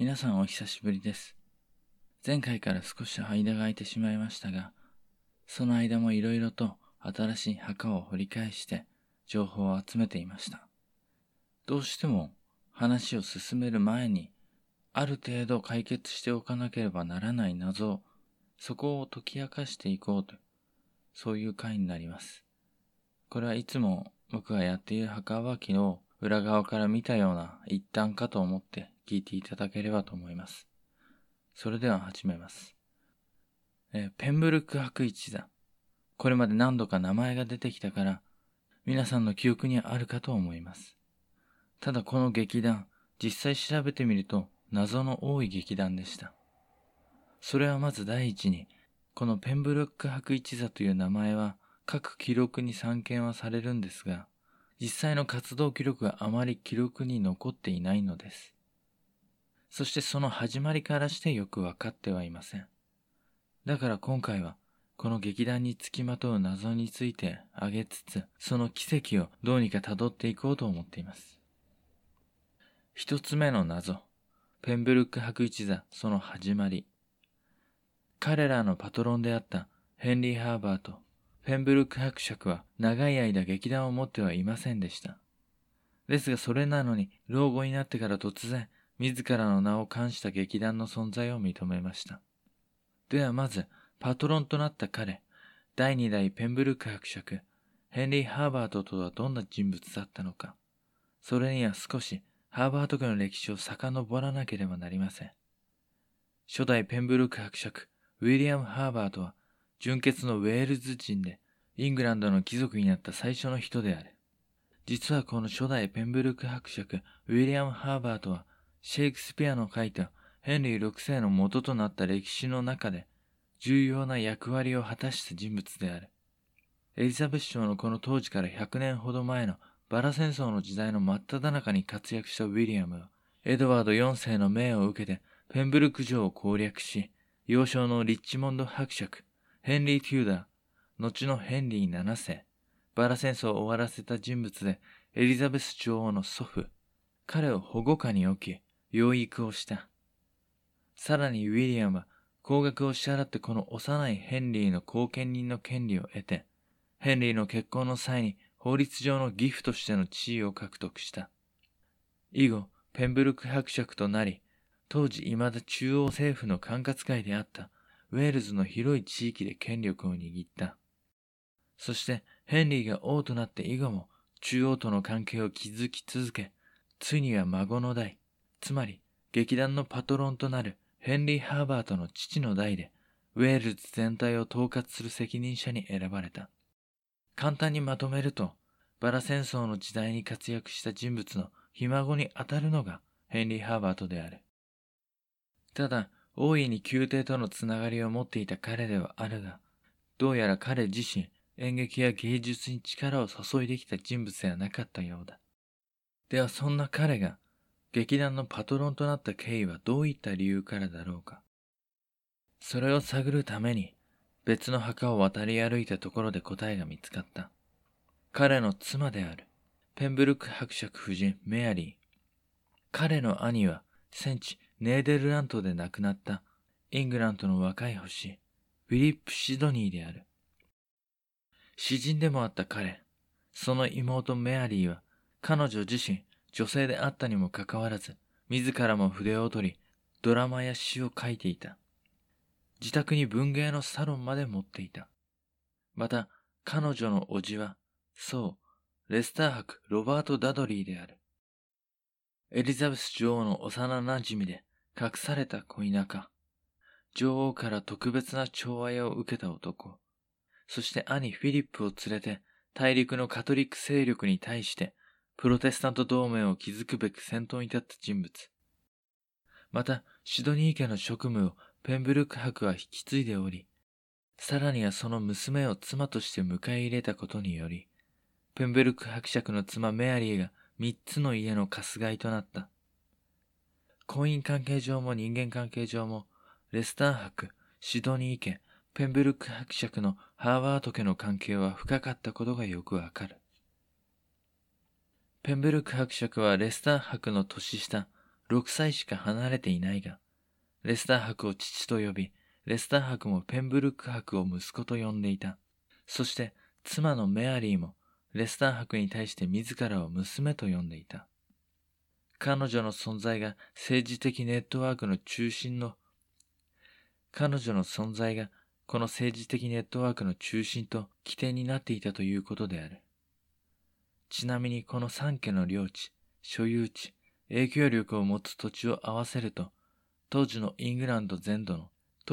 皆さんお久しぶりです。前回から少し間が空いてしまいましたが、その間もいろいろと新しい墓を掘り返して情報を集めていました。どうしても話を進める前に、ある程度解決しておかなければならない謎、そこを解き明かしていこうと、そういう回になります。これはいつも僕がやっている墓暴きを裏側から見たような一端かと思って聞いていただければと思います。それでは始めます。ペンブルック博一座。これまで何度か名前が出てきたから、皆さんの記憶にあるかと思います。ただこの劇団、実際調べてみると謎の多い劇団でした。それはまず第一に、このペンブルック博一座という名前は各記録に散見はされるんですが、実際の活動記録があまり記録に残っていないのです。そしてその始まりからしてよくわかってはいません。だから今回はこの劇団につきまとう謎について挙げつつ、その奇跡をどうにか辿っていこうと思っています。一つ目の謎、ペンブルック博一座その始まり。彼らのパトロンであったヘンリー・ハーバーとペンブルック伯爵は長い間劇団を持ってはいませんでした。ですがそれなのに老後になってから突然自らの名を冠した劇団の存在を認めました。ではまずパトロンとなった彼、第二代ペンブルック伯爵ヘンリー・ハーバートとはどんな人物だったのか。それには少しハーバート家の歴史を遡らなければなりません。初代ペンブルック伯爵ウィリアム・ハーバートは純血のウェールズ人でイングランドの貴族になった最初の人である。実はこの初代ペンブルック伯爵ウィリアム・ハーバートはシェイクスピアの書いたヘンリー6世の元となった歴史の中で重要な役割を果たした人物である。エリザベス朝のこの当時から100年ほど前のバラ戦争の時代の真っ只中に活躍したウィリアムはエドワード4世の命を受けてペンブルック城を攻略し、幼少のリッチモンド伯爵ヘンリー・テューダー、後のヘンリー7世、バラ戦争を終わらせた人物でエリザベス女王の祖父、彼を保護下に置き養育をした。さらにウィリアムは高額を支払ってこの幼いヘンリーの後見人の権利を得て、ヘンリーの結婚の際に法律上の義父としての地位を獲得した。以後、ペンブルック伯爵となり、当時未だ中央政府の管轄外であったウェールズの広い地域で権力を握った。そしてヘンリーが王となって以後も中央との関係を築き続け、ついには孫の代、つまり劇団のパトロンとなるヘンリー・ハーバートの父の代でウェールズ全体を統括する責任者に選ばれた。簡単にまとめると、バラ戦争の時代に活躍した人物のひ孫にあたるのがヘンリー・ハーバートである。ただ、大いに宮廷とのつながりを持っていた彼ではあるが、どうやら彼自身、演劇や芸術に力を注いできた人物ではなかったようだ。ではそんな彼が、劇団のパトロンとなった経緯はどういった理由からだろうか。それを探るために、別の墓を渡り歩いたところで答えが見つかった。彼の妻である、ペンブルック伯爵夫人メアリー。彼の兄は、戦地ネーデルラントで亡くなったイングランドの若い星、フィリップ・シドニーである。詩人でもあった彼、その妹メアリーは、彼女自身、女性であったにもかかわらず、自らも筆を取り、ドラマや詩を書いていた。自宅に文芸のサロンまで持っていた。また、彼女の叔父は、そう、レスター伯ロバート・ダドリーである。エリザベス女王の幼馴染で、隠された恋仲。女王から特別な寵愛を受けた男。そして兄フィリップを連れて、大陸のカトリック勢力に対して、プロテスタント同盟を築くべく先頭に立った人物。また、シドニー家の職務をペンブルック伯は引き継いでおり、さらにはその娘を妻として迎え入れたことにより、ペンブルック伯爵の妻メアリーが3つの家の渇いとなった。婚姻関係上も人間関係上も、レスター伯、シドニー家、ペンブルック伯爵のハーバート家の関係は深かったことがよくわかる。ペンブルック伯爵はレスター伯の年下、 6歳しか離れていないが、レスター伯を父と呼び、レスター伯もペンブルック伯を息子と呼んでいた。そして妻のメアリーもレスター伯に対して自らを娘と呼んでいた。彼女の存在が政治的ネットワークの中心の彼女の存在がこの政治的ネットワークの中心と起点になっていたということである。ちなみにこの3家の領地、所有地、影響力を持つ土地を合わせると、当時のイングランド全土の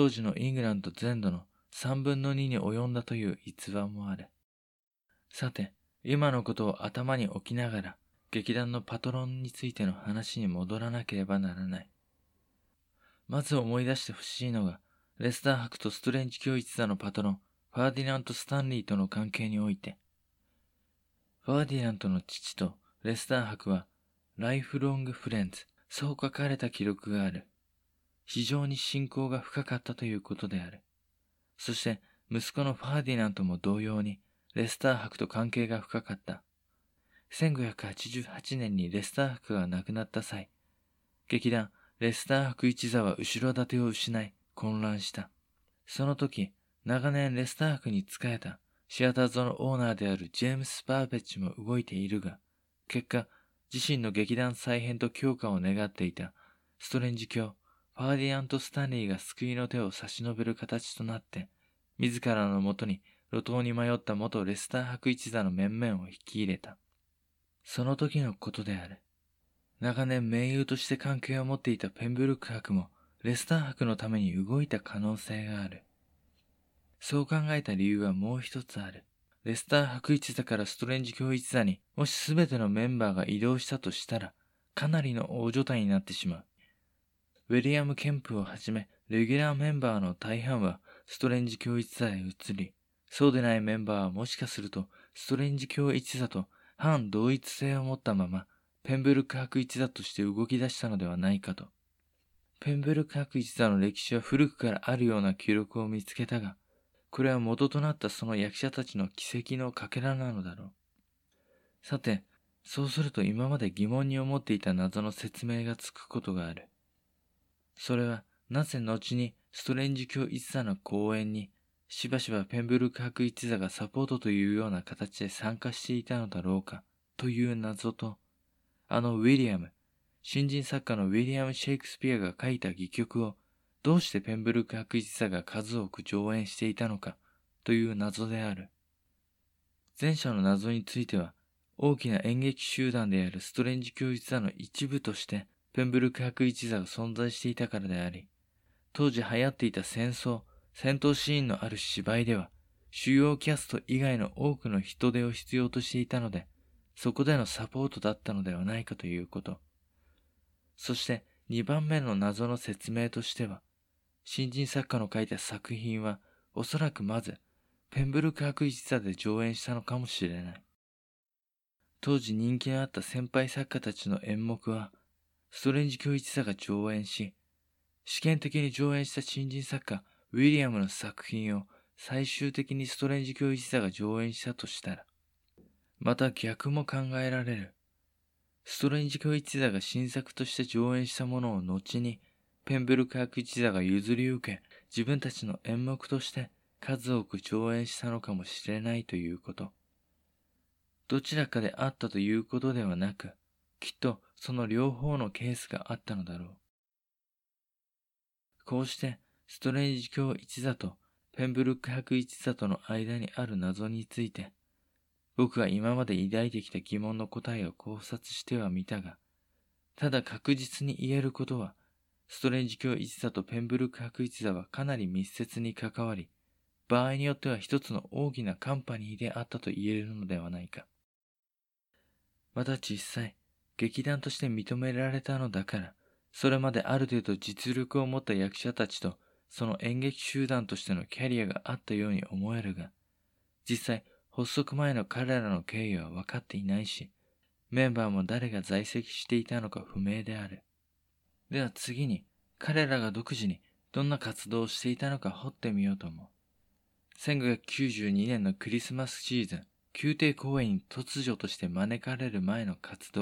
3分の2に及んだという逸話もある。さて、今のことを頭に置きながら、劇団のパトロンについての話に戻らなければならない。まず思い出してほしいのが、レスター伯とストレンジ教一座のパトロン、ファーディナント・スタンリーとの関係において、ファーディナントの父とレスター伯は、ライフロング・フレンズ、そう書かれた記録がある。非常に親交が深かったということである。そして、息子のファーディナントも同様に、レスター伯と関係が深かった。1588年にレスター伯が亡くなった際、劇団レスター伯一座は後ろ盾を失い混乱した。その時、長年レスター伯に仕えたシアターズのオーナーであるジェームス・バーベッジも動いているが、結果、自身の劇団再編と強化を願っていたストレンジ教ファーディナント・スタンリーが救いの手を差し伸べる形となって、自らのもとに路頭に迷った元レスター伯一座の面々を引き入れた。その時のことである。長年盟友として関係を持っていたペンブルック伯もレスター伯のために動いた可能性がある。そう考えた理由はもう一つある。レスター伯一座からストレンジ教一座にもし全てのメンバーが移動したとしたら、かなりの大所帯になってしまう。ウィリアム・ケンプをはじめ、レギュラーメンバーの大半はストレンジ教一座へ移り、そうでないメンバーはもしかするとストレンジ教一座と反同一性を持ったまま、ペンブルック伯一座として動き出したのではないかと。ペンブルック伯一座の歴史は古くからあるような記録を見つけたが、これは元となったその役者たちの奇跡のかけらなのだろう。さて、そうすると今まで疑問に思っていた謎の説明がつくことがある。それはなぜ後にストレンジ教一座の公演にしばしばペンブルク伯一座がサポートというような形で参加していたのだろうかという謎と、ウィリアム、新人作家のウィリアム・シェイクスピアが書いた戯曲をどうしてペンブルク伯一座が数多く上演していたのかという謎である。前者の謎については大きな演劇集団であるストレンジ教一座の一部としてペンブルク伯一座が存在していたからであり、当時流行っていた戦闘シーンのある芝居では、主要キャスト以外の多くの人手を必要としていたので、そこでのサポートだったのではないかということ。そして2番目の謎の説明としては、新人作家の書いた作品は、おそらくまず、ペンブルク伯一座で上演したのかもしれない。当時人気のあった先輩作家たちの演目は、ストレンジ教一座が上演し、試験的に上演した新人作家ウィリアムの作品を最終的にストレンジ教一座が上演したとしたら、また逆も考えられる。ストレンジ教一座が新作として上演したものを後にペンブルク伯一座が譲り受け、自分たちの演目として数多く上演したのかもしれないということ。どちらかであったということではなく、きっとその両方のケースがあったのだろう。こうしてストレンジ教一座とペンブルック伯一座との間にある謎について、僕が今まで抱いてきた疑問の答えを考察してはみたが、ただ確実に言えることは、ストレンジ教一座とペンブルック伯一座はかなり密接に関わり、場合によっては一つの大きなカンパニーであったと言えるのではないか。また実際、劇団として認められたのだから、それまである程度実力を持った役者たちとその演劇集団としてのキャリアがあったように思えるが、実際発足前の彼らの経緯は分かっていないし、メンバーも誰が在籍していたのか不明である。では次に彼らが独自にどんな活動をしていたのか掘ってみようと思う。1592年のクリスマスシーズン、宮廷公演に突如として招かれる前の活動は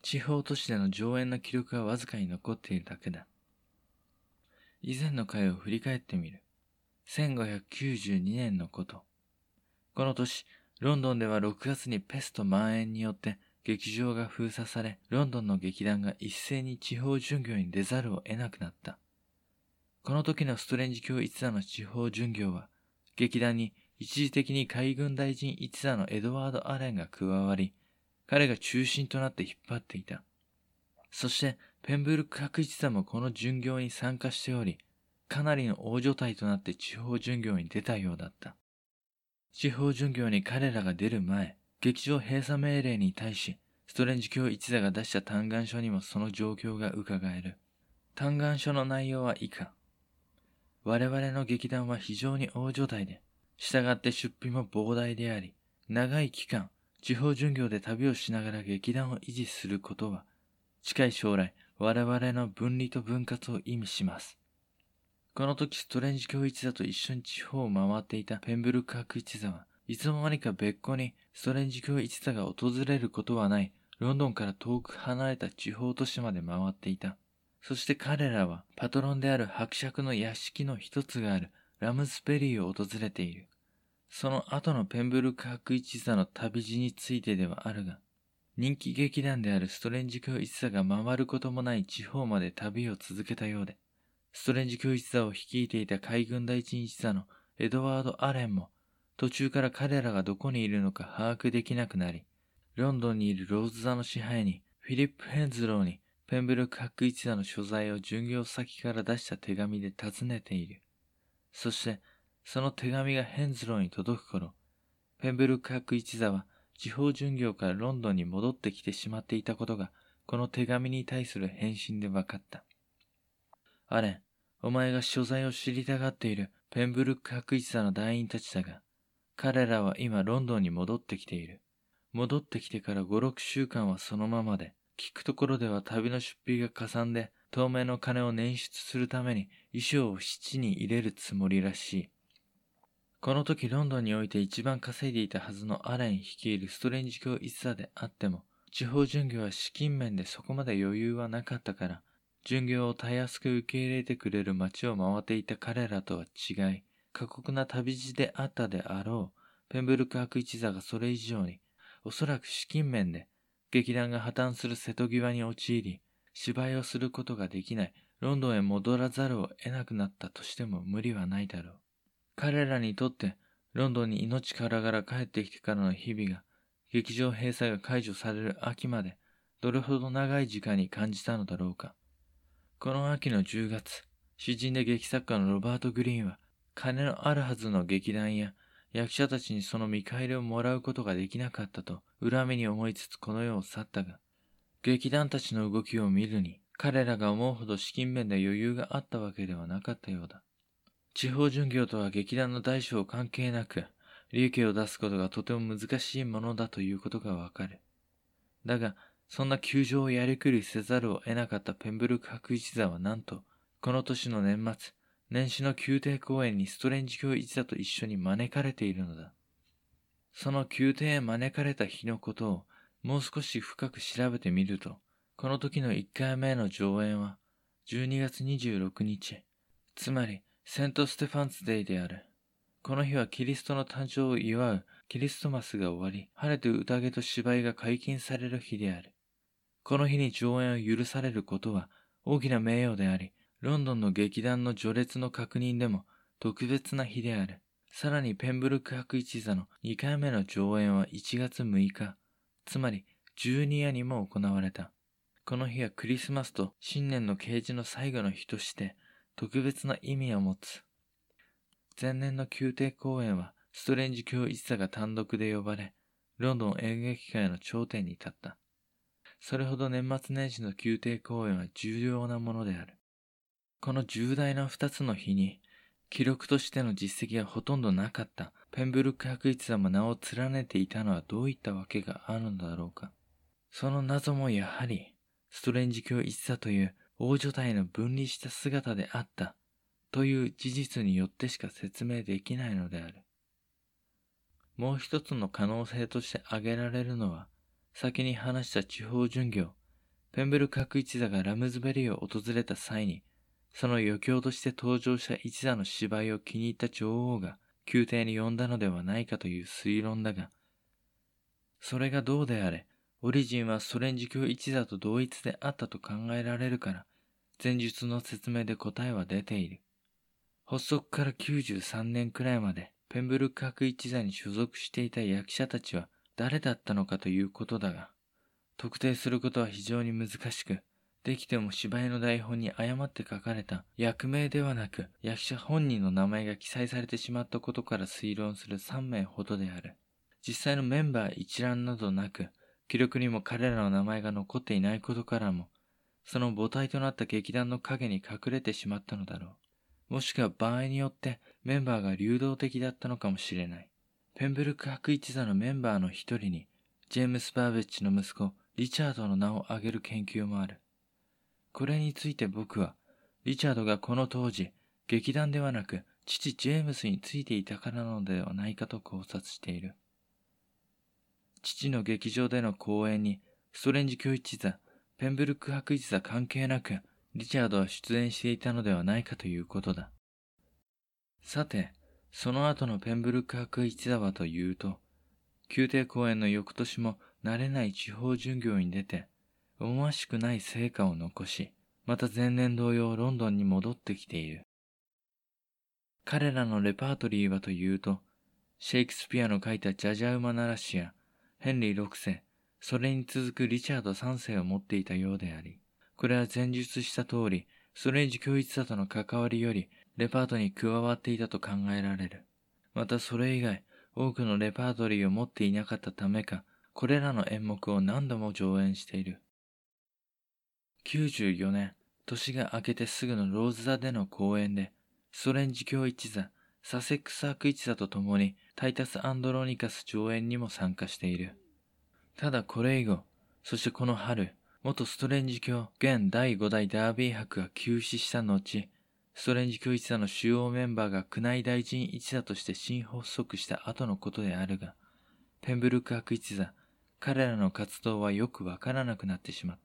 地方都市での上演の記録がわずかに残っているだけだ。以前の回を振り返ってみる。1592年のこと。この年、ロンドンでは6月にペスト蔓延によって劇場が封鎖され、ロンドンの劇団が一斉に地方巡業に出ざるを得なくなった。この時のストレンジ教一座の地方巡業は、劇団に一時的に海軍大臣一座のエドワード・アレンが加わり、彼が中心となって引っ張っていた。そしてペンブルック伯一座もこの巡業に参加しており、かなりの大所帯となって地方巡業に出たようだった。地方巡業に彼らが出る前、劇場閉鎖命令に対し、ストレンジ教一座が出した嘆願書にもその状況が伺える。嘆願書の内容は以下。我々の劇団は非常に大所帯で、従って出費も膨大であり、長い期間、地方巡業で旅をしながら劇団を維持することは、近い将来、我々の分離と分割を意味します。この時ストレンジ教一座と一緒に地方を回っていたペンブルック伯一座はいつの間にか別個にストレンジ教一座が訪れることはないロンドンから遠く離れた地方都市まで回っていた。そして彼らはパトロンである伯爵の屋敷の一つがあるラムスベリーを訪れている。その後のペンブルック伯一座の旅路についてではあるが、人気劇団であるストレンジ教一座が回ることもない地方まで旅を続けたようで、ストレンジ教一座を率いていた海軍大臣一座のエドワード・アレンも途中から彼らがどこにいるのか把握できなくなり、ロンドンにいるローズ座の支配人フィリップ・ヘンズローにペンブルック伯一座の所在を巡業先から出した手紙で尋ねている。そしてその手紙がヘンズローに届く頃、ペンブルック伯一座は地方巡業からロンドンに戻ってきてしまっていたことがこの手紙に対する返信で分かった。アレン、お前が所在を知りたがっているペンブルック伯一座の団員たちだが、彼らは今ロンドンに戻ってきている。戻ってきてから5、6週間はそのままで、聞くところでは旅の出費がかさんで、当面の金を捻出するために衣装を質に入れるつもりらしい。この時ロンドンにおいて一番稼いでいたはずのアレン率いるストレンジ教一座であっても、地方巡業は資金面でそこまで余裕はなかったから、巡業をたやすく受け入れてくれる街を回っていた彼らとは違い、過酷な旅路であったであろう、ペンブルック伯一座がそれ以上に、おそらく資金面で、劇団が破綻する瀬戸際に陥り、芝居をすることができない、ロンドンへ戻らざるを得なくなったとしても無理はないだろう。彼らにとって、ロンドンに命からがら帰ってきてからの日々が、劇場閉鎖が解除される秋まで、どれほど長い時間に感じたのだろうか。この秋の10月、詩人で劇作家のロバート・グリーンは、金のあるはずの劇団や役者たちにその見返りをもらうことができなかったと恨みに思いつつこの世を去ったが、劇団たちの動きを見るに、彼らが思うほど資金面で余裕があったわけではなかったようだ。地方巡業とは劇団の大小関係なく、利益を出すことがとても難しいものだということがわかる。だが、そんな窮状をやりくりせざるを得なかったペンブルック伯一座はなんと、この年の年末、年始の宮廷公演にストレンジ教一座と一緒に招かれているのだ。その宮廷へ招かれた日のことをもう少し深く調べてみると、この時の1回目の上演は12月26日、つまりセントステファンズデイである。この日はキリストの誕生を祝うキリストマスが終わり、晴れて宴と芝居が解禁される日である。この日に上演を許されることは大きな名誉であり、ロンドンの劇団の序列の確認でも特別な日である。さらにペンブルック伯一座の2回目の上演は1月6日、つまり12夜にも行われた。この日はクリスマスと新年の啓示の最後の日として特別な意味を持つ。前年の宮廷公演はストレンジ教一座が単独で呼ばれ、ロンドン演劇界の頂点に立った。それほど年末年始の宮廷公演は重要なものである。この重大な2つの日に、記録としての実績がほとんどなかったペンブルック伯一座も名を連ねていたのはどういったわけがあるのだろうか。その謎もやはり、ストレンジ教一座という大所帯の分離した姿であったという事実によってしか説明できないのである。もう一つの可能性として挙げられるのは、先に話した地方巡業、 ペンブルク伯一座がラムズベリーを訪れた際に、その余興として登場した一座の芝居を気に入った女王が宮廷に呼んだのではないかという推論だが、それがどうであれ、オリジンはストレンジ教一座と同一であったと考えられるから、前述の説明で答えは出ている。発足から93年くらいまでペンブルク伯一座に所属していた役者たちは誰だったのかということだが、特定することは非常に難しく、できても芝居の台本に誤って書かれた役名ではなく役者本人の名前が記載されてしまったことから推論する3名ほどである。実際のメンバー一覧などなく、記録にも彼らの名前が残っていないことからも、その母体となった劇団の陰に隠れてしまったのだろう。もしくは場合によってメンバーが流動的だったのかもしれない。ペンブルク伯一座のメンバーの一人に、ジェームス・バーベッジの息子、リチャードの名を挙げる研究もある。これについて僕は、リチャードがこの当時、劇団ではなく、父ジェームスについていたからなのではないかと考察している。父の劇場での公演に、ストレンジ教一座、ペンブルク伯一座関係なく、リチャードは出演していたのではないかということだ。さて、その後のペンブルク伯一座はというと、宮廷公演の翌年も慣れない地方巡業に出て、思わしくない成果を残し、また前年同様ロンドンに戻ってきている。彼らのレパートリーはというと、シェイクスピアの書いたジャジャ馬ならしや、ヘンリー6世、それに続くリチャード3世を持っていたようであり、これは前述した通り、ストレンジ教一座との関わりより、レパートに加わっていたと考えられる。またそれ以外、多くのレパートリーを持っていなかったためか、これらの演目を何度も上演している。94年、年が明けてすぐのローズ座での公演で、ストレンジ教一座、サセックス伯一座と共にタイタス・アンドロニカス上演にも参加している。ただこれ以後、そしてこの春、元ストレンジ教現第5代ダービー伯が急死した後、ストレンジ教一座の主要メンバーが宮内大臣一座として新発足した後のことであるが、ペンブルク伯一座、彼らの活動はよくわからなくなってしまった。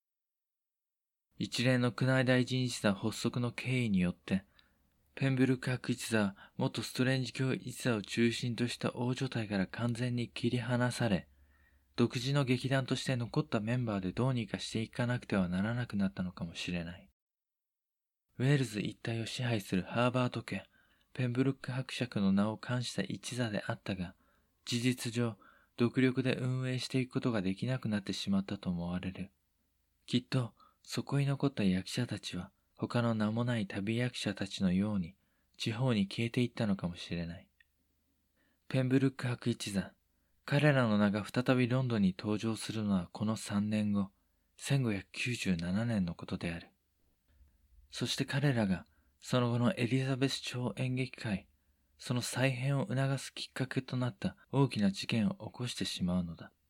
一連の宮内大臣一座発足の経緯によって、ペンブルク伯一座は元ストレンジ教一座を中心とした大所帯から完全に切り離され、独自の劇団として残ったメンバーでどうにかしていかなくてはならなくなったのかもしれない。ウェールズ一帯を支配するハーバート家、ペンブルック伯爵の名を冠した一座であったが、事実上、独力で運営していくことができなくなってしまったと思われる。きっと、そこに残った役者たちは、他の名もない旅役者たちのように、地方に消えていったのかもしれない。ペンブルック伯一座、彼らの名が再びロンドンに登場するのはこの3年後、1597年のことである。そして彼らが、その後のエリザベス朝演劇会、その再編を促すきっかけとなった大きな事件を起こしてしまうのだ。